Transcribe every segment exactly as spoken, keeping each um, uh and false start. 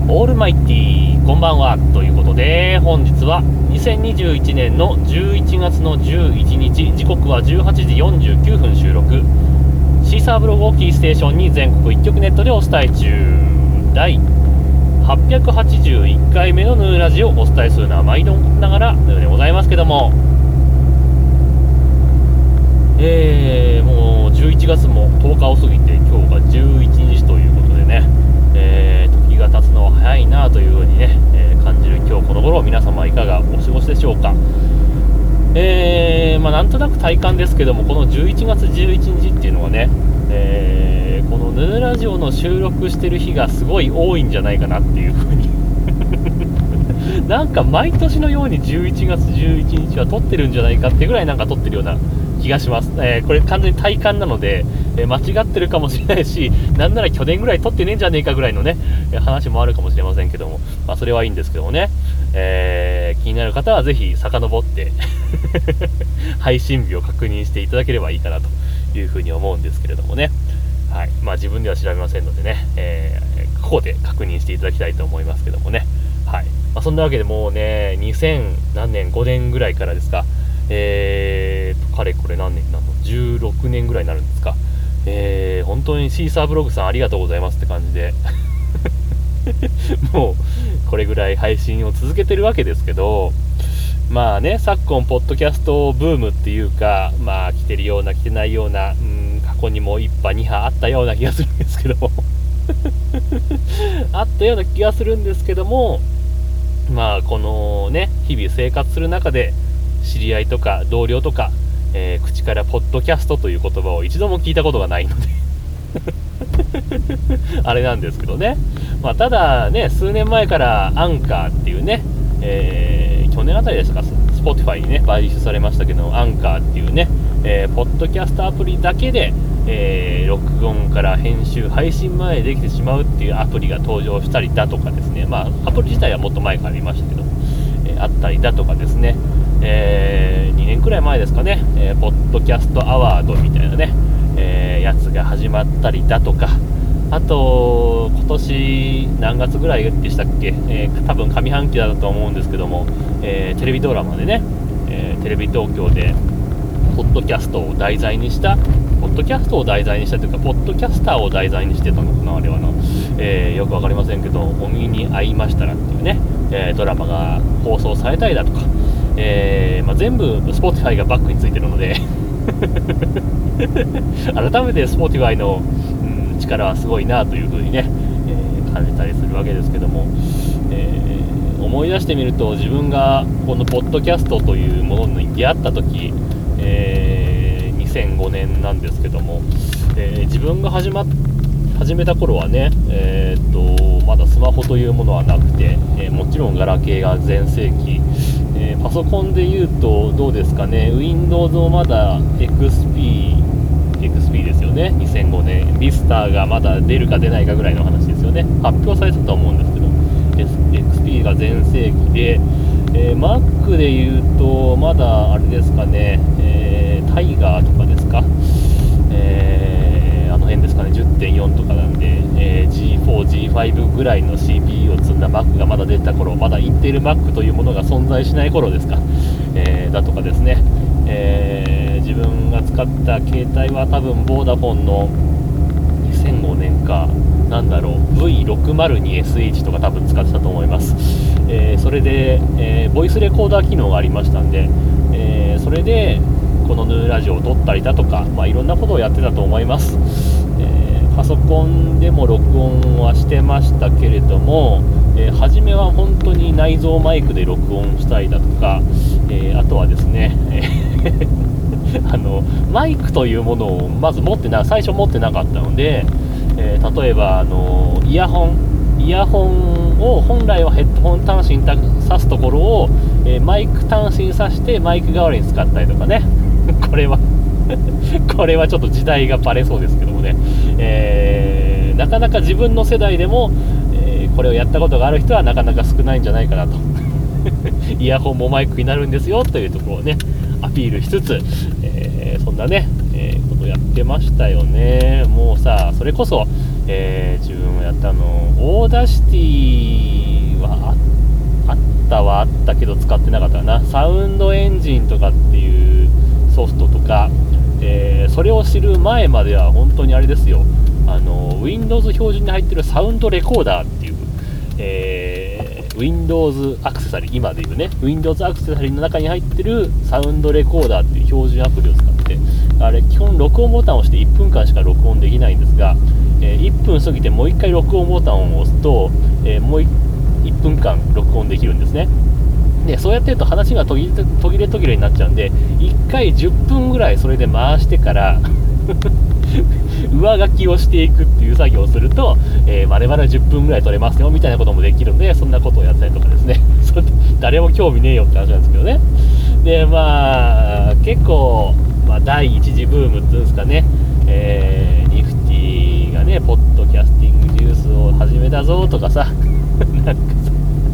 オールマイティーこんばんはということで、本日はにせんにじゅういちねんのじゅういちがつのじゅういちにち、時刻はじゅうはちじよんじゅうきゅうふん収録、シーサーブログをキーステーションに全国一曲ネットでお伝え中、第はっぴゃくはちじゅういっかいめのヌーラジをお伝えするのは毎度ながらヌーでございますけども、えー、もうじゅういちがつもとおかを過ぎて、今日がじゅういちにちということでね、えー、時が経つのは早いなというふうにね、えー、感じる今日この頃、皆様いかがお過ごしでしょうか。えー、まあなんとなく体感ですけども、このじゅういちがつじゅういちにちっていうのはね、えー、このヌーラジオの収録してる日がすごい多いんじゃないかなっていうふうになんか毎年のようにじゅういちがつじゅういちにちは撮ってるんじゃないかってぐらいなんか撮ってるような気がします。えー、これ完全に体感なので、えー、間違ってるかもしれないし、なんなら去年ぐらい撮ってねえんじゃねえかぐらいのね、えー、話もあるかもしれませんけども、まあそれはいいんですけどもね、えー、気になる方はぜひ遡って配信日を確認していただければいいかなというふうに思うんですけれどもね。はい、まあ自分では調べませんのでね、えー、ここで確認していただきたいと思いますけどもね。はい、まあ、そんなわけでもうね、にせん何年ごねんぐらいからですか、えーとかれこれ何年なのじゅうろくねんぐらいになるんですか、えー、本当にシーサーブログさんありがとうございますって感じでもうこれぐらい配信を続けてるわけですけど、まあね、昨今ポッドキャストブームっていうか、まあ来てるような来てないような、うん、過去にもいっぱにはあったような気がするんですけどもあったような気がするんですけども、まあこのね、日々生活する中で知り合いとか同僚とか、えー、口からポッドキャストという言葉を一度も聞いたことがないのであれなんですけどね、まあ、ただね、数年前からアンカーっていうね、えー、去年あたりでしたか、スポティファイにね買収されましたけど、アンカーっていうね、えー、ポッドキャストアプリだけで、えー、録音から編集配信までできてしまうっていうアプリが登場したりだとかですね、まあアプリ自体はもっと前からありましたけど、えー、あったりだとかですね、えー、にねんくらい前ですかね、えー、ポッドキャストアワードみたいなね、えー、やつが始まったりだとか、あと今年何月ぐらいでしたっけ、えー、多分上半期だと思うんですけども、えー、テレビドラマでね、えー、テレビ東京でポッドキャストを題材にしたポッドキャストを題材にしたというか、ポッドキャスターを題材にしてたのかな、あれはな、えー、よくわかりませんけど、お耳に合いましたらっていうね、えー、ドラマが放送されたりだとか、えーまあ、全部 Spotify がバックについてるので改めて Spotify の、うん、力はすごいなというふうにね、えー、感じたりするわけですけども、えー、思い出してみると、自分がこのポッドキャストというものに出会った時、えー、にせんごねんなんですけども、えー、自分が始ま始めた頃はね、えー、っとまだスマホというものはなくて、えー、もちろんガラケーが全盛期、えー、パソコンでいうとどうですかね、 Windows もまだ エックスピー エックスピー ですよね、にせんごねん Vista がまだ出るか出ないかぐらいの話ですよね。発表されてたと思うんですけど、 エックスピー が全盛期で、えー、Mac でいうとまだあれですかね、えー、タイガーとかですか、えー、あの辺ですかね、 じゅってんよん とかなんで、えー、ジーフォー、ジーファイブ ぐらいの シーピーユー を積んだ Mac がまだ出た頃、まだインテル Mac というものが存在しない頃ですか、えー、だとかですね、えー、自分が使った携帯は多分ボーダフォンのにせんごねんかなんだろう ブイろくまるにエスエイチ とか多分使ってたと思います。えー、それで、えー、ボイスレコーダー機能がありましたんで、えー、それでこのヌーラジオを撮ったりだとか、まあ、いろんなことをやってたと思います。えー、パソコンでも録音はしてましたけれども、えー、初めは本当に内蔵マイクで録音したりだとか、えー、あとはですねあのマイクというものをまず持ってな最初持ってなかったので、えー、例えばあのイヤホンイヤホンを本来はヘッドホン端子に挿すところを、えー、マイク端子に挿してマイク代わりに使ったりとかねこれはこれはちょっと時代がバレそうですけどもね、えー、なかなか自分の世代でも、えー、これをやったことがある人はなかなか少ないんじゃないかなとイヤホンもマイクになるんですよというところをねアピールしつつ、えー、そんなね、えー、ことやってましたよね。もうさ、それこそ、えー、自分がやったのオーダーシティはあったはあったけど使ってなかったかな。サウンドエンジンとかっていうソフトとか、えー、それを知る前までは本当にあれですよ、あの Windows 標準に入ってるサウンドレコーダーっていう、えー、Windows アクセサリー、今でいうね Windows アクセサリーの中に入ってるサウンドレコーダーっていう標準アプリを使って、あれ基本録音ボタンを押していっぷんかんしか録音できないんですが、えー、いっぷん過ぎてもういっかい録音ボタンを押すと、えー、もういっぷんかん録音できるんですね。でそうやってると話が途切れ途切れ途切れになっちゃうんで、いっかいじゅっぷんぐらいそれで回してから上書きをしていくっていう作業をすると、えー、我々はじゅっぷんぐらい取れますよみたいなこともできるので、そんなことをやったりとかですねそれ誰も興味ねえよって話なんですけどね。でまあ結構、まあ、第一次ブームっていうんですかね、えー、ニフティがねポッドキャスティングジュースを始めたぞとかさなんかさ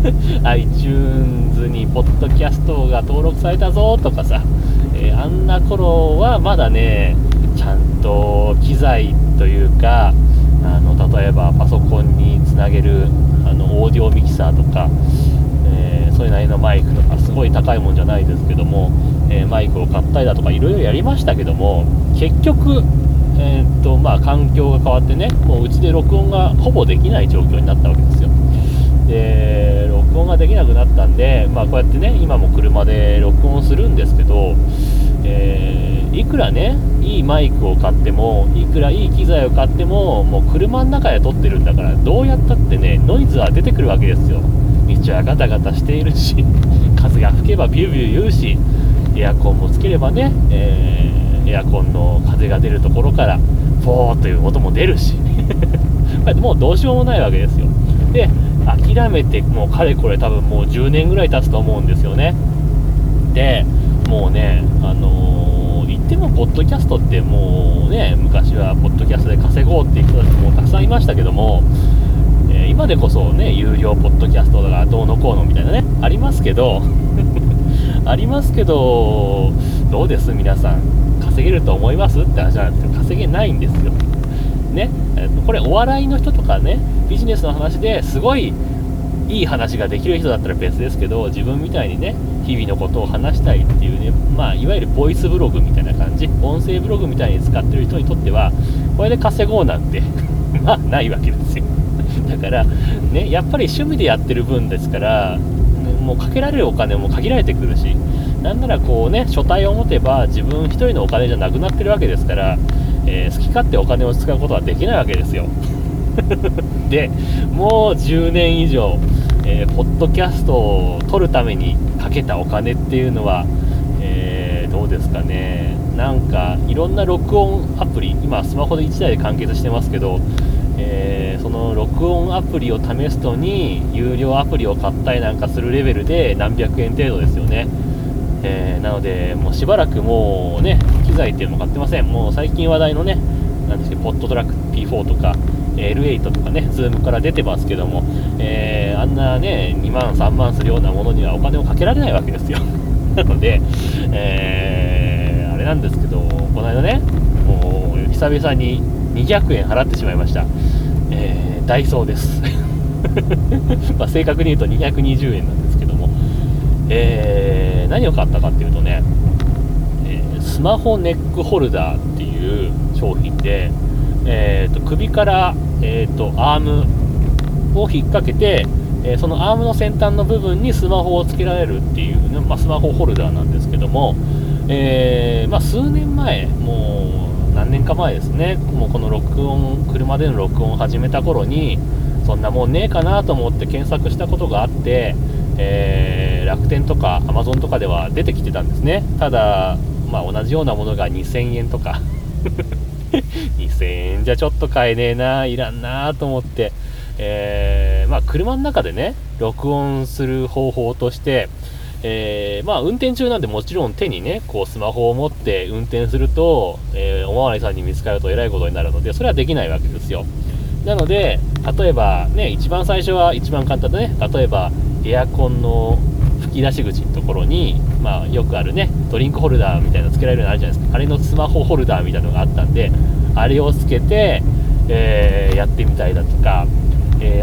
iTunes にポッドキャストが登録されたぞとかさ、えー、あんな頃はまだねちゃんと機材というか、あの例えばパソコンにつなげるあのオーディオミキサーとか、えー、それなりのマイクとかすごい高いもんじゃないですけども、えー、マイクを買ったりだとかいろいろやりましたけども、結局、えーっとまあ、環境が変わってね、もううちで録音がほぼできない状況になったわけですよ。で録音ができなくなったんで、まあ、こうやってね今も車で録音するんですけど、えー、いくらねいいマイクを買ってもいくらいい機材を買ってももう車の中で撮ってるんだから、どうやったってねノイズは出てくるわけですよ。道はガタガタしているし風が吹けばビュービュー言うし、エアコンもつければね、えー、エアコンの風が出るところからフォーという音も出るしもうどうしようもないわけですよ。で諦めてもうかれこれ多分もうじゅうねんぐらい経つと思うんですよね。でもうねあのー、言ってもポッドキャストってもうね昔はポッドキャストで稼ごうっていう人たちもたくさんいましたけども、えー、今でこそね有料ポッドキャストだからどうのこうのみたいなねありますけどありますけどどうです皆さん、稼げると思いますって話なんですけど、稼げないんですよね。これお笑いの人とかねビジネスの話ですごいいい話ができる人だったら別ですけど、自分みたいにね日々のことを話したいっていうね、まあいわゆるボイスブログみたいな感じ、音声ブログみたいに使ってる人にとってはこれで稼ごうなんてまあないわけですよだからねやっぱり趣味でやってる分ですから、もうかけられるお金も限られてくるし、なんならこうね書体を持てば自分一人のお金じゃなくなってるわけですから、えー、好き勝手お金を使うことはできないわけですよでもうじゅうねん以上、えー、ポッドキャストを撮るためにかけたお金っていうのは、えー、どうですかね。なんかいろんな録音アプリ、今スマホでいちだいで完結してますけど、えー、その録音アプリを試すのに有料アプリを買ったりなんかするレベルで何百円程度ですよね。えー、なのでもうしばらくもうね機材っていうのも買ってません。もう最近話題のねなんですけどポッドトラック ピーフォー とか エルエイト とかねズームから出てますけども、えー、あんなねにまんさんまんするようなものにはお金をかけられないわけですよなので、えー、あれなんですけど、この間ねもう久々ににひゃくえん払ってしまいました。えー、ダイソーですまあ正確に言うとにひゃくにじゅうえんなんですけども、えー、何を買ったかっていうとね、えー、スマホネックホルダーっていう商品で、えー、と首から、えー、とアームを引っ掛けて、えー、そのアームの先端の部分にスマホをつけられるっていう、ねまあ、スマホホルダーなんですけども、えーまあ、数年前、もう何年か前ですね、もうこの録音車での録音を始めた頃にそんなもんねえかなと思って検索したことがあって、えー、楽天とかアマゾンとかでは出てきてたんですね。ただ、まあ、同じようなものがにせんえんとかにせんえんじゃちょっと買えねえな、いらんなと思って、えーまあ、車の中でね録音する方法として、えーまあ、運転中なんでもちろん手にねこうスマホを持って運転すると、えー、おまわりさんに見つかるとえらいことになるので、それはできないわけですよ。なので例えばね一番最初は一番簡単でね、例えばエアコンの吹き出し口のところに、まあ、よくあるねドリンクホルダーみたいなのつけられるのあるじゃないですか。あれのスマホホルダーみたいなのがあったんで、あれをつけて、えー、やってみたりだとか、え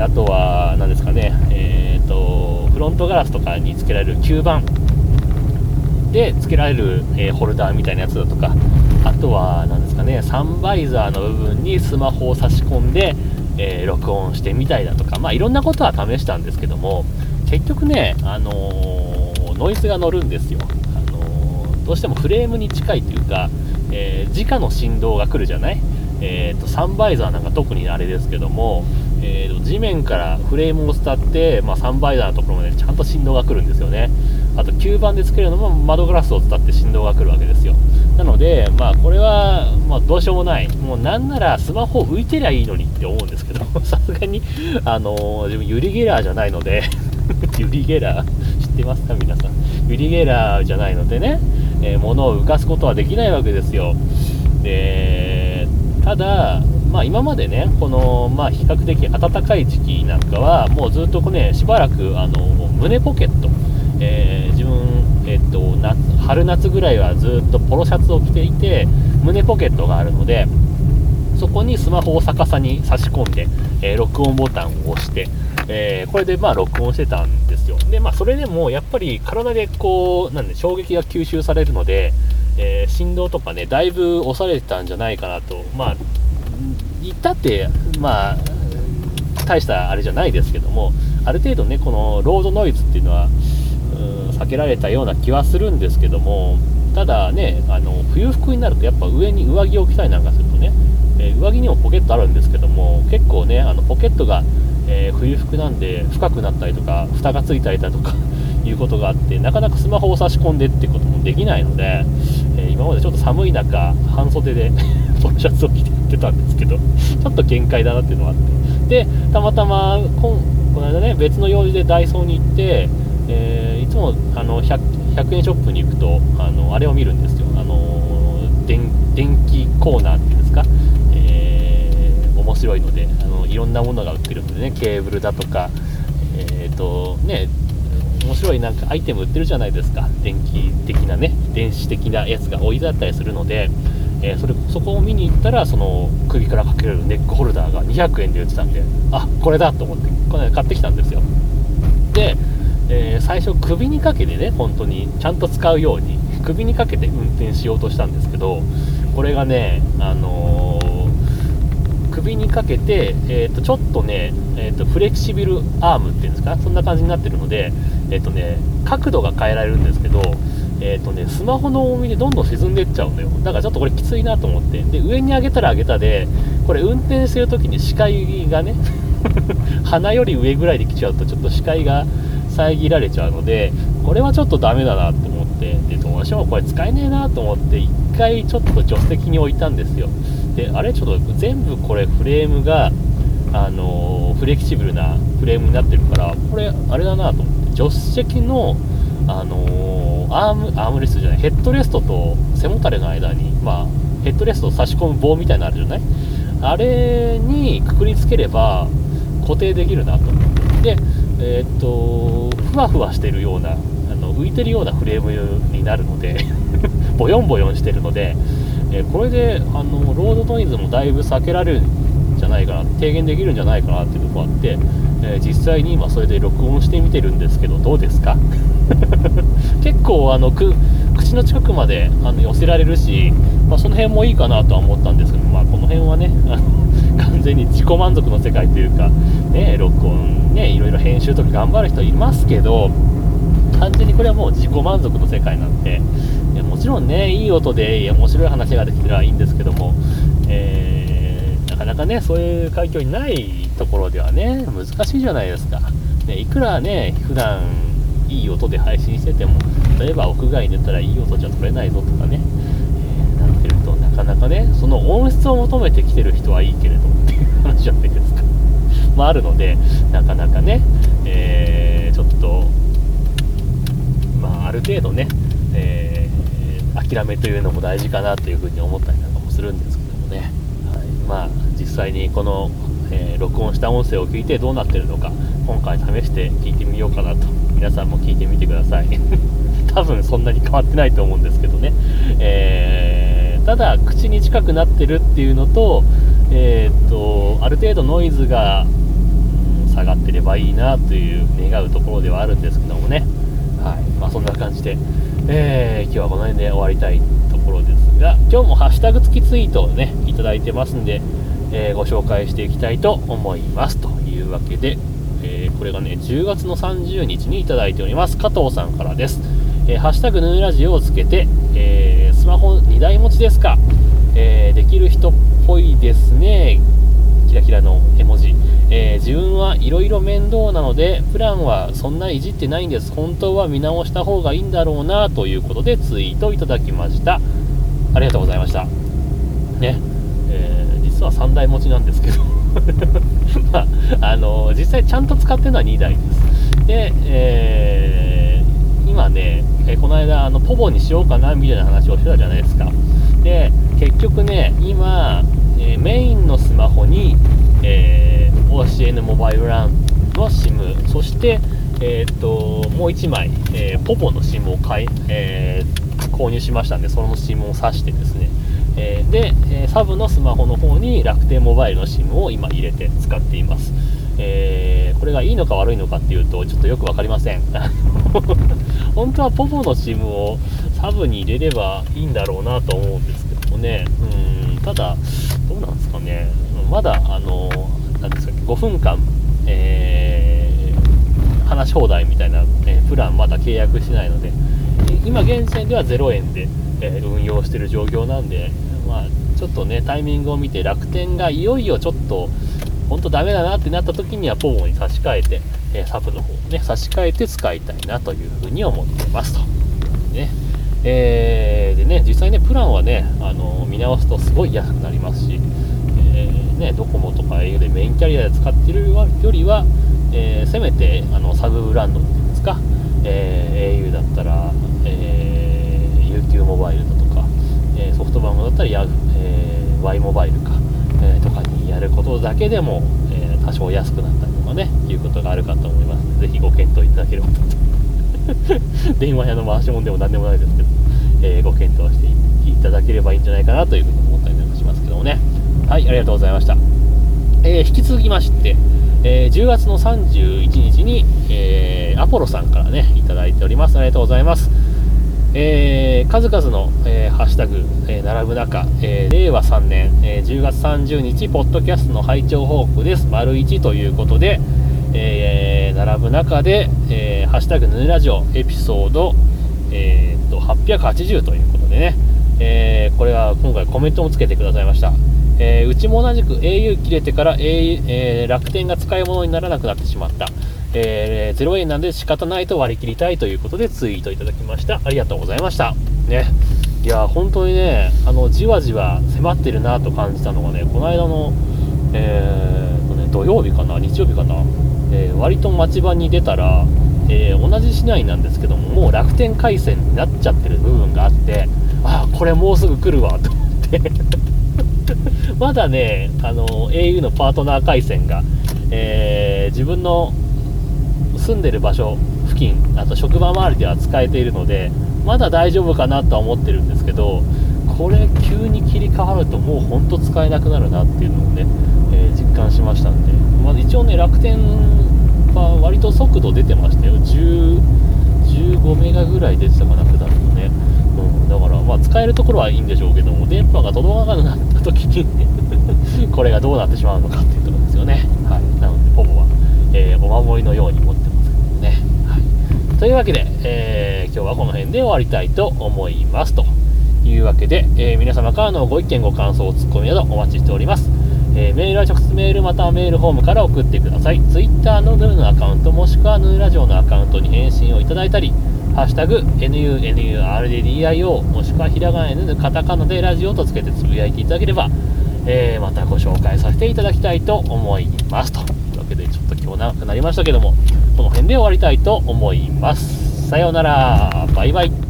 ー、あとは何ですかね、えー、とフロントガラスとかにつけられる吸盤でつけられる、えー、ホルダーみたいなやつだとか、あとは何ですかね、サンバイザーの部分にスマホを差し込んで、えー、録音してみたいだとか、まあいろんなことは試したんですけども、結局ね、あのー、ノイズが乗るんですよ。あのー、どうしてもフレームに近いというか、えー、直の振動が来るじゃない。えー、とサンバイザーなんか特にあれですけども、えー、と地面からフレームを伝って、まあ、サンバイザーのところまでちゃんと振動が来るんですよね。あと吸盤でつけるのも窓ガラスを伝って振動が来るわけですよ。なので、まあ、これは、まあ、どうしようもない。もうなんならスマホ浮いてりゃいいのにって思うんですけど、さすがに、あのー、自分ユリ・ゲラーじゃないのでユリ・ゲラー知ってますか皆さん。ユリ・ゲラーじゃないのでね、えー、物を浮かすことはできないわけですよ。でただ、まあ、今までね、この、まあ、比較的暖かい時期なんかはもうずっとね、しばらくあの胸ポケット、えー、自分、えー、っと夏春夏ぐらいはずっとポロシャツを着ていて、胸ポケットがあるので、そこにスマホを逆さに差し込んで、えー、録音ボタンを押して、えー、これでまあ録音してたんですよ。で、まあ、それでもやっぱり体でこうなんで衝撃が吸収されるので、えー、振動とかね、だいぶ抑えれてたんじゃないかなと。まあ言ったってまあ大したあれじゃないですけども、ある程度ね、このロードノイズっていうのはうー避けられたような気はするんですけども、ただね、あの冬服になるとやっぱ上に上着を着たりなんかするとね、えー、上着にもポケットあるんですけども、結構ね、あのポケットが、えー、冬服なんで深くなったりとか蓋がついたりだとかいうことがあって、なかなかスマホを差し込んでっていうこともできないので、えー、今までちょっと寒い中半袖でポロシャツを着てやってたんですけど、ちょっと限界だなっていうのがあって、でたまたまここの間ね、別の用事でダイソーに行って、えー、いつもあの 100, ひゃくえんショップに行くとあのあれを見るんですよ。あの電電気コーナーっていうんですか、えー、面白いので、あのいろんなものが売ってるのでね、ケーブルだとか、えーとね、面白いなんかアイテム売ってるじゃないですか。電気的なね、電子的なやつが置いてあったりするので、えー、それそこを見に行ったら、その首からかけられるネックホルダーがにひゃくえんで売ってたんで、あ、これだと思ってこれ、ね、買ってきたんですよ。で、えー、最初首にかけてね、本当にちゃんと使うように首にかけて運転しようとしたんですけど、これがね、あのー、首にかけて、えー、とちょっとね、えー、とフレキシビルアームっていうんですか、そんな感じになってるので、えーとね、角度が変えられるんですけど、えーとね、スマホの重みでどんどん沈んでいっちゃうのよ。だからちょっとこれきついなと思って、で上に上げたら上げたで、これ運転してる時に視界がね鼻より上ぐらいで来ちゃうとちょっと視界が遮られちゃうので、これはちょっとダメだなと思って、でどうしようこれ使えねえなと思って一回ちょっと助手席に置いたんですよ。であれちょっと全部これフレームが、あのー、フレキシブルなフレームになってるから、これあれだなと思って、助手席の、あのー、アームアームレストじゃないヘッドレストと背もたれの間に、まあ、ヘッドレストを差し込む棒みたいなのあるじゃない、あれにくくりつければ固定できるなと思って、でえー、っとふわふわしてるような、あの浮いてるようなフレームになるのでボヨンボヨンしてるので、えー、これであのロードノイズもだいぶ避けられるんじゃないかな、低減できるんじゃないかなっていうところがあって、えー、実際に今それで録音してみてるんですけど、どうですか結構あのく口の近くまであの寄せられるし、まあ、その辺もいいかなとは思ったんですけど、まあ、この辺はねあの完全に自己満足の世界というか、ね、録音ね、いろいろ編集とか頑張る人いますけど、完全にこれはもう自己満足の世界なんで、もちろんね、いい音で面白い話ができたらいいんですけども、えー、なかなかね、そういう環境にないところではね、難しいじゃないですか。ね、いくらね、普段いい音で配信してても、例えば屋外に出たらいい音じゃ取れないぞとかね、えー、なってると、なかなかね、その音質を求めてきてる人はいいけれどもっていう話じゃないですか。まあ、あるので、なかなかね、えー、ちょっと、まあ、ある程度ね、えー、諦めというのも大事かなというふうに思ったりなんかもするんですけどもね、はい、まあ、実際にこの、えー、録音した音声を聞いてどうなってるのか、今回試して聞いてみようかなと、皆さんも聞いてみてください多分そんなに変わってないと思うんですけどね、えー、ただ口に近くなってるっていうのと、えー、っとある程度ノイズがいいなという願うところではあるんですけどもね。はい、まあそんな感じで、えー、今日はこの辺で終わりたいところですが、今日もハッシュタグ付きツイートをねいただいてますんで、えー、ご紹介していきたいと思いますというわけで、えー、これがねじゅうがつのさんじゅうにちにいただいております。加藤さんからです。えー、ハッシュタグヌーラジオをつけて、えー、スマホにだい持ちですか、えー、できる人っぽいですね、キラキラの絵文字、えー、自分はいろいろ面倒なのでプランはそんないじってないんです、本当は見直した方がいいんだろうなということでツイートいただきました。ありがとうございましたね。えー、実はさんだい持ちなんですけどまあ、あのー、実際ちゃんと使ってるのはにだいです。で、えー、今ね、えー、この間あのポボにしようかなみたいな話をしてたじゃないですか。で結局ね今、えー、メインのスマホに、えー、オーシーエヌ モバイルランの SIM、 そして、えー、っともういちまい、えー、ポボの SIM を買い、えー、購入しましたんで、その SIM を挿してですね、えー、で、えー、サブのスマホの方に楽天モバイルの SIM を今入れて使っています。えー、これがいいのか悪いのかっていうとちょっとよく分かりません本当はポポの SIM をサブに入れればいいんだろうなと思うんですけどもね。うん、ただどうなんですかね、まだあのなんですかごふんかん、えー、話し放題みたいな、えー、プランまだ契約してないので、今現時点ではゼロえんで、えー、運用している状況なんで、まあ、ちょっとねタイミングを見て楽天がいよいよちょっと本当ダメだなってなった時にはポボに差し替えて、えー、サブの方をね差し替えて使いたいなというふうに思ってますとね。えー、でね実際ねプランはね、あのー、見直すとすごい安くなりますし、えー、ねドコモとか エーユー でメインキャリアで使ってるよりは、えー、せめてあのサブブランドっていうんですか、えー、エーユー だったら、えー、ユーキュー モバイルだとか、えー、ソフトバンクだったらヤ、えー、Y モバイルか、えー、とかにやることだけでも、えー、多少安くなったりとかねいうことがあるかと思いますので、ぜひご検討いただければと電話屋の回し物でも何でもないですけど、えー、ご検討していただければいいんじゃないかなというふうに思ったりもしますけどもね。はい、ありがとうございました。えー、引き続きまして、えー、じゅうがつのさんじゅういちにちに、えー、アポロさんからねいただいております。ありがとうございます。えー、数々の、えー、ハッシュタグ、えー、並ぶ中、えー、れいわさんねん、えー、じゅうがつさんじゅうにちポッドキャストの拝聴報告です丸いちということで、えー、並ぶ中で、えー、ハッシュタグヌーラジオエピソード、えー、とはっぴゃくはちじゅうということでね、えー、これは今回コメントもつけてくださいました。えー、うちも同じく エーユー 切れてから、A えー、楽天が使い物にならなくなってしまった、えー、ゼロえんなんで仕方ないと割り切りたいということでツイートいただきました。ありがとうございましたね。いや本当にねあのじわじわ迫ってるなと感じたのがね、この間の、えーとね、土曜日かな日曜日かな、えー、割と町場に出たら、えー、同じ市内なんですけどももう楽天回線になっちゃってる部分があって、あこれもうすぐ来るわと思ってまだねあの エーユー のパートナー回線が、えー、自分の住んでる場所付近あと職場周りでは使えているのでまだ大丈夫かなとは思ってるんですけど、これ急に切り替わるともうほんと使えなくなるなっていうのをね、えー、実感しましたんで、まあ、一応ね楽天は割と速度出てましたよ。じゅう、じゅうごメガぐらい出てたかな普段のね、うん、だからまあ使えるところはいいんでしょうけども電波が届かなくなった時にこれがどうなってしまうのかっていうところですよね。はい、なのでポポは、えー、お守りのように持ってますけどね。はい、というわけで、えー、今日はこの辺で終わりたいと思いますというわけで、えー、皆様からのご意見ご感想ツッコミなどお待ちしております。えー、メールは直接メールまたはメールフォームから送ってください。ツイッターのヌーのアカウントもしくはヌーラジオのアカウントに返信をいただいたり、ハッシュタグ エヌユーエヌユーアールディーディーアイオー もしくはひらがな N カタカナでラジオとつけてつぶやいていただければ、えー、またご紹介させていただきたいと思いますというわけで、ちょっと今日長くなりましたけどもこの辺で終わりたいと思います。さようなら、バイバイ。